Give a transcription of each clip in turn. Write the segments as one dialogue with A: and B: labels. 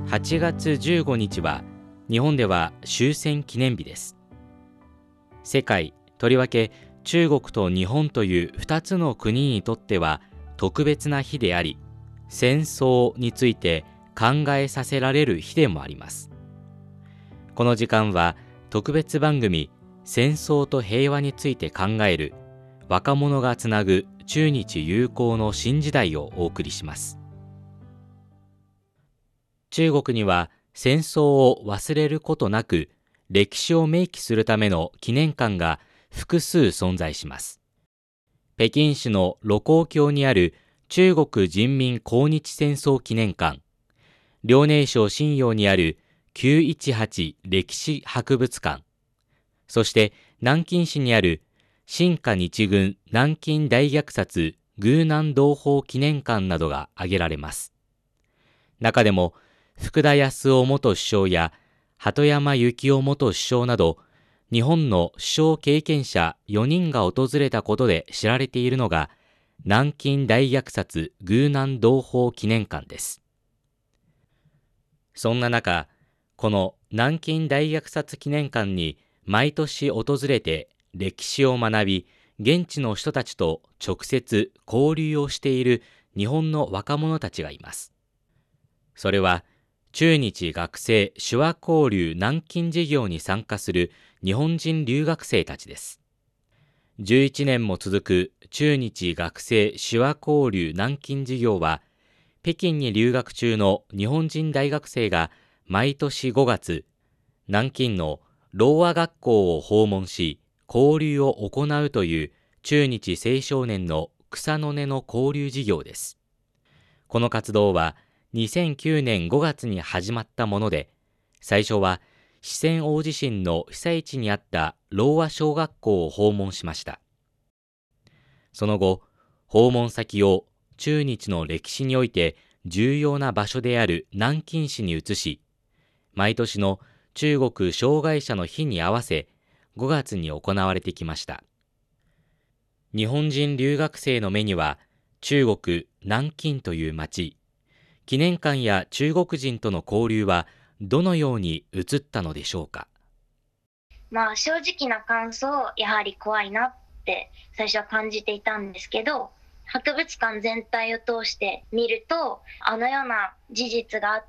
A: 8月15日は日本では終戦記念日です。世界、とりわけ中国と日本という2つの国にとっては特別な日であり、戦争について考えさせられる日でもあります。この時間は特別番組戦争と平和について考える若者がつなぐ中日友好の新時代をお送りします。中国には戦争を忘れることなく歴史を明記するための記念館が複数存在します。北京市の盧溝橋にある中国人民抗日戦争記念館、遼寧省瀋陽にある918歴史博物館、そして南京市にある新華日軍南京大虐殺遇難同胞記念館などが挙げられます。中でも福田康夫元首相や鳩山幸夫元首相など日本の首相経験者4人が訪れたことで知られているのが南京大虐殺遇難同胞記念館です。そんな中、この南京大虐殺記念館に毎年訪れて歴史を学び、現地の人たちと直接交流をしている日本の若者たちがいます。それは中日学生手話交流南京事業に参加する日本人留学生たちです。11年も続く中日学生手話交流南京事業は、北京に留学中の日本人大学生が毎年5月、南京のろう和学校を訪問し、交流を行うという中日青少年の草の根の交流事業です。この活動は2009年5月に始まったもので、最初は四川大地震の被災地にあったろう和小学校を訪問しました。その後、訪問先を中日の歴史において重要な場所である南京市に移し、毎年の中国障害者の日に合わせ5月に行われてきました。日本人留学生の目には中国南京という街、記念館や中国人との交流はどのように映ったのでしょうか。
B: 正直な感想、やはり怖いなって最初は感じていたんですけど、博物館全体を通して見ると、あのような事実があって、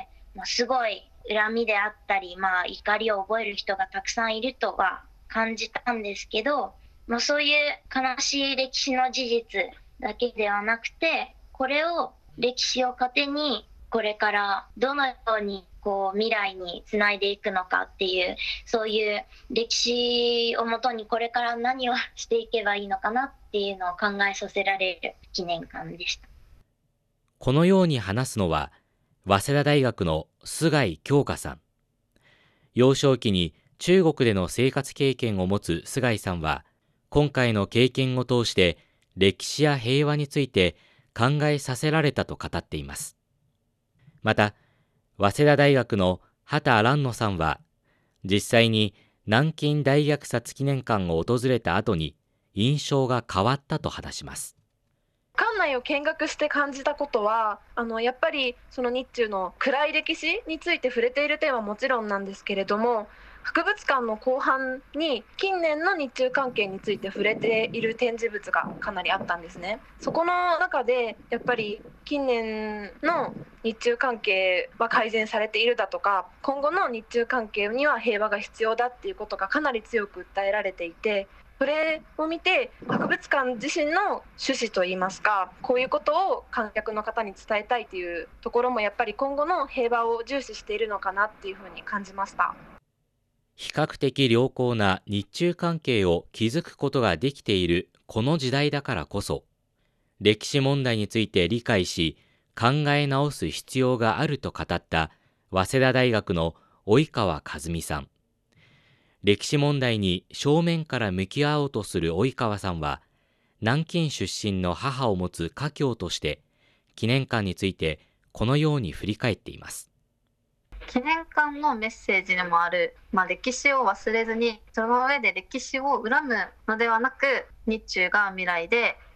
B: すごい恨みであったり、怒りを覚える人がたくさんいるとは感じたんですけど、そういう悲しい歴史の事実だけではなくて、これを歴史を糧にこれからどのように未来につないでいくのかっていう、そういう歴史をもとにこれから何をしていけばいいのかなっていうのを考えさせられる記念館でした。
A: このように話すのは早稲田大学の菅井京香さん。幼少期に中国での生活経験を持つ菅井さんは、今回の経験を通して歴史や平和について考えさせられたと語っています。また、早稲田大学の畑蘭野さんは、実際に南京大虐殺記念館を訪れた後に印象が変わったと話します。
C: 館内を見学して感じたことは、やっぱりその日中の暗い歴史について触れている点はもちろんなんですけれども、博物館の後半に近年の日中関係について触れている展示物がかなりあったんですね。そこの中でやっぱり近年の日中関係は改善されているだとか、今後の日中関係には平和が必要だっていうことがかなり強く訴えられていて、それを見て博物館自身の趣旨といいますか、こういうことを観客の方に伝えたいというところもやっぱり今後の平和を重視しているのかなっていうふうに感じました。
A: 比較的良好な日中関係を築くことができているこの時代だからこそ、歴史問題について理解し考え直す必要があると語った早稲田大学の及川和美さん。歴史問題に正面から向き合おうとする及川さんは、南京出身の母を持つ華僑として記念館についてこのように振り返っています。
D: 記念館のメッセージでもある、歴史を忘れずに、その上で歴史を恨むのではなく、日中が未来で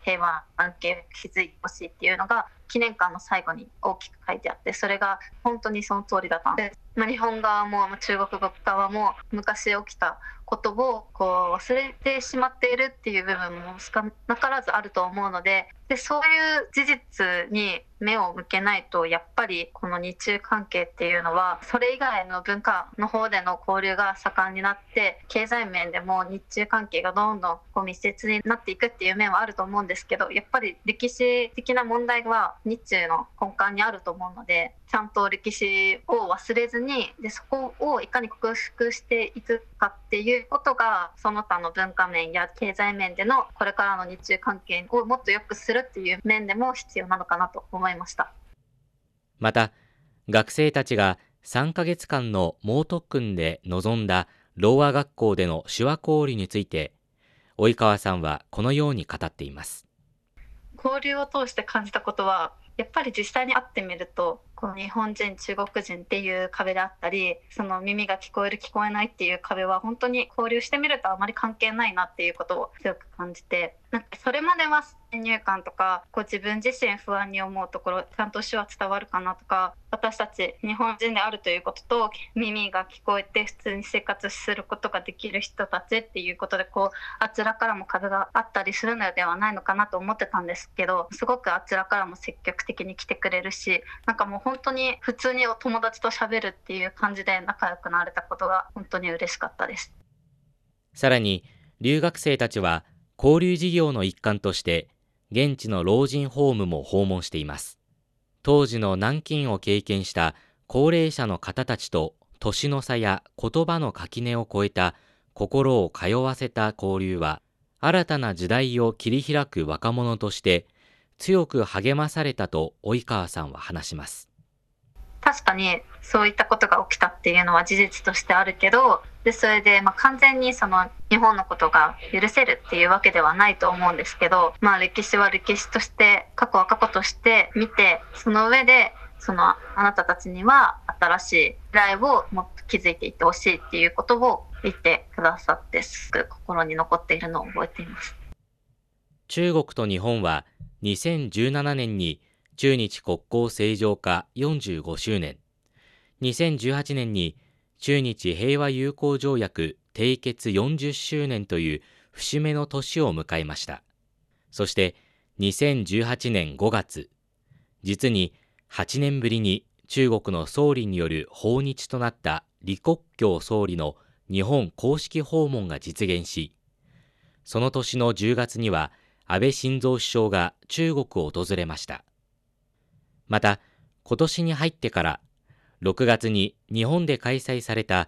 D: 平和関係を築いてほしいっていうのが記念館の最後に大きく書いてあって、それが本当にその通りだったんです。日本側も中国側も昔起きたことをこう忘れてしまっているっていう部分も少なからずあると思うので、そういう事実に目を向けないと、やっぱりこの日中関係っていうのはそれ以外の文化の方での交流が盛んになって、経済面でも日中関係がどんどんこう密接になっていくっていう面はあると思うんですけど、やっぱり歴史的な問題は日中の根幹にあると思うので、ちゃんと歴史を忘れずに、そこをいかに克服していくかっていうことが、その他の文化面や経済面でのこれからの日中関係をもっと良くするっていう面でも必要なのかなと思いました。
A: また、学生たちが3ヶ月間の猛特訓で臨んだろうあ学校での手話交流について、及川さんはこのように語っています。
D: 交流を通して感じたことは、やっぱり実際に会ってみると、この日本人中国人っていう壁であったり、その耳が聞こえる聞こえないっていう壁は本当に交流してみるとあまり関係ないなっていうことを強く感じて、なんかそれまでは先入観とかこう自分自身不安に思うところ、ちゃんと手話伝わるかなとか、私たち日本人であるということと耳が聞こえて普通に生活することができる人たちっていうことで、こうあちらからも壁があったりするのではないのかなと思ってたんですけど、すごくあちらからも積極的に来てくれるし、なんかもう本当に普通にお友達と喋るっていう感じで仲良くなれたことが本当に嬉しかったです。
A: さらに留学生たちは交流事業の一環として現地の老人ホームも訪問しています。当時の南京を経験した高齢者の方たちと年の差や言葉の垣根を越えた心を通わせた交流は、新たな時代を切り開く若者として強く励まされたと及川さんは話します。
D: 確かにそういったことが起きたっていうのは事実としてあるけど、それで完全にその日本のことが許せるっていうわけではないと思うんですけど、歴史は歴史として過去は過去として見て、その上であなたたちには新しい未来をもっと築いていってほしいっていうことを言ってくださって、すごく心に残っているのを覚えています。
A: 中国と日本は2017年に中日国交正常化45周年、2018年に中日平和友好条約締結40周年という節目の年を迎えました。そして2018年5月、実に8年ぶりに中国の総理による訪日となった李克強総理の日本公式訪問が実現し、その年の10月には安倍晋三首相が中国を訪れました。また、今年に入ってから6月に日本で開催された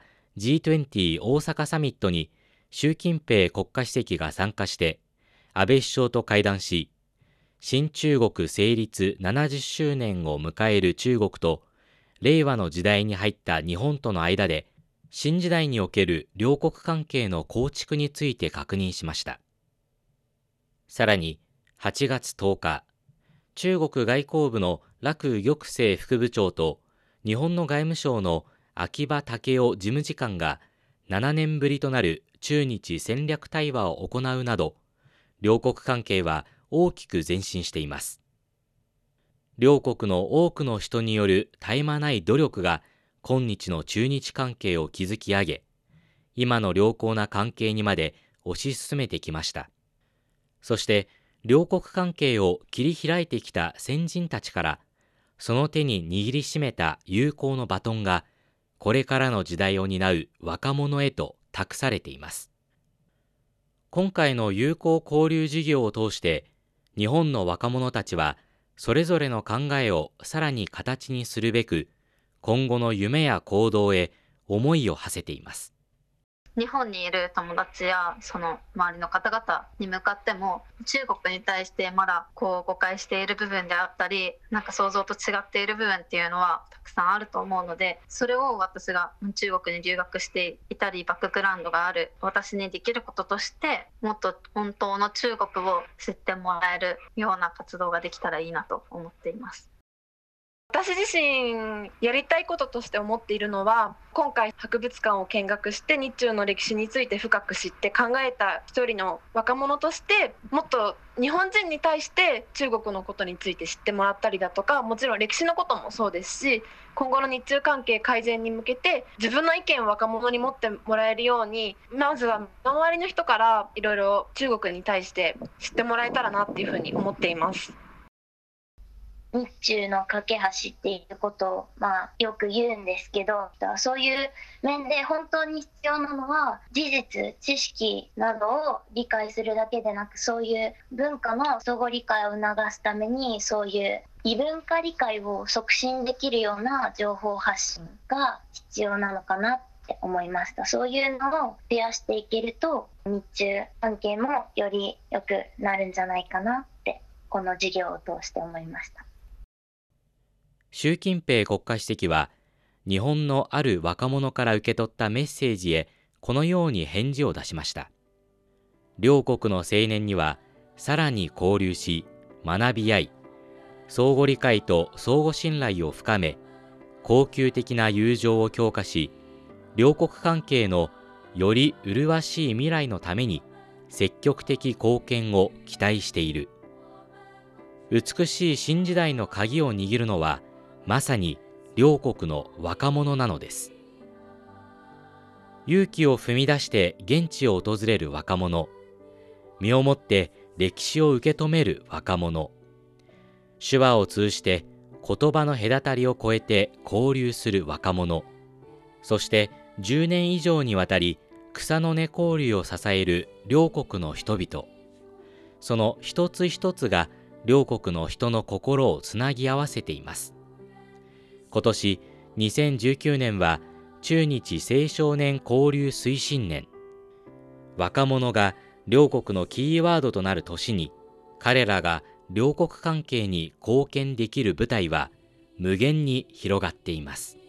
A: G20 大阪サミットに習近平国家主席が参加して安倍首相と会談し、新中国成立70周年を迎える中国と令和の時代に入った日本との間で新時代における両国関係の構築について確認しました。さらに8月10日、中国外交部の楽玉成副部長と日本の外務省の秋葉剛男事務次官が7年ぶりとなる中日戦略対話を行うなど、両国関係は大きく前進しています。両国の多くの人による絶え間ない努力が今日の中日関係を築き上げ、今の良好な関係にまで推し進めてきました。そして両国関係を切り開いてきた先人たちから、その手に握りしめた友好のバトンがこれからの時代を担う若者へと託されています。今回の友好交流事業を通して日本の若者たちはそれぞれの考えをさらに形にするべく、今後の夢や行動へ思いを馳せています。
D: 日本にいる友達やその周りの方々に向かっても、中国に対してまだ誤解している部分であったり、想像と違っている部分っていうのはたくさんあると思うので、それを私が中国に留学していたりバックグラウンドがある私にできることとして、もっと本当の中国を知ってもらえるような活動ができたらいいなと思っています。
C: 私自身やりたいこととして思っているのは、今回博物館を見学して日中の歴史について深く知って考えた一人の若者として、もっと日本人に対して中国のことについて知ってもらったりだとか、もちろん歴史のこともそうですし、今後の日中関係改善に向けて自分の意見を若者に持ってもらえるように、まずは周りの人からいろいろ中国に対して知ってもらえたらなっていうふうに思っています。
B: 日中の架け橋っていうことを、よく言うんですけど、そういう面で本当に必要なのは事実、知識などを理解するだけでなく、そういう文化の相互理解を促すために、そういう異文化理解を促進できるような情報発信が必要なのかなって思いました。そういうのを増やしていけると、日中関係もより良くなるんじゃないかなって、この授業を通して思いました。
A: 習近平国家主席は、日本のある若者から受け取ったメッセージへこのように返事を出しました。両国の青年にはさらに交流し、学び合い、相互理解と相互信頼を深め、恒久的な友情を強化し、両国関係のより麗しい未来のために積極的貢献を期待している。美しい新時代の鍵を握るのは、まさに両国の若者なのです。勇気を踏み出して現地を訪れる若者、身をもって歴史を受け止める若者、手話を通じて言葉の隔たりを越えて交流する若者、そして10年以上にわたり草の根交流を支える両国の人々、その一つ一つが両国の人の心をつなぎ合わせています。今年2019年は中日青少年交流推進年。若者が両国のキーワードとなる年に、彼らが両国関係に貢献できる舞台は無限に広がっています。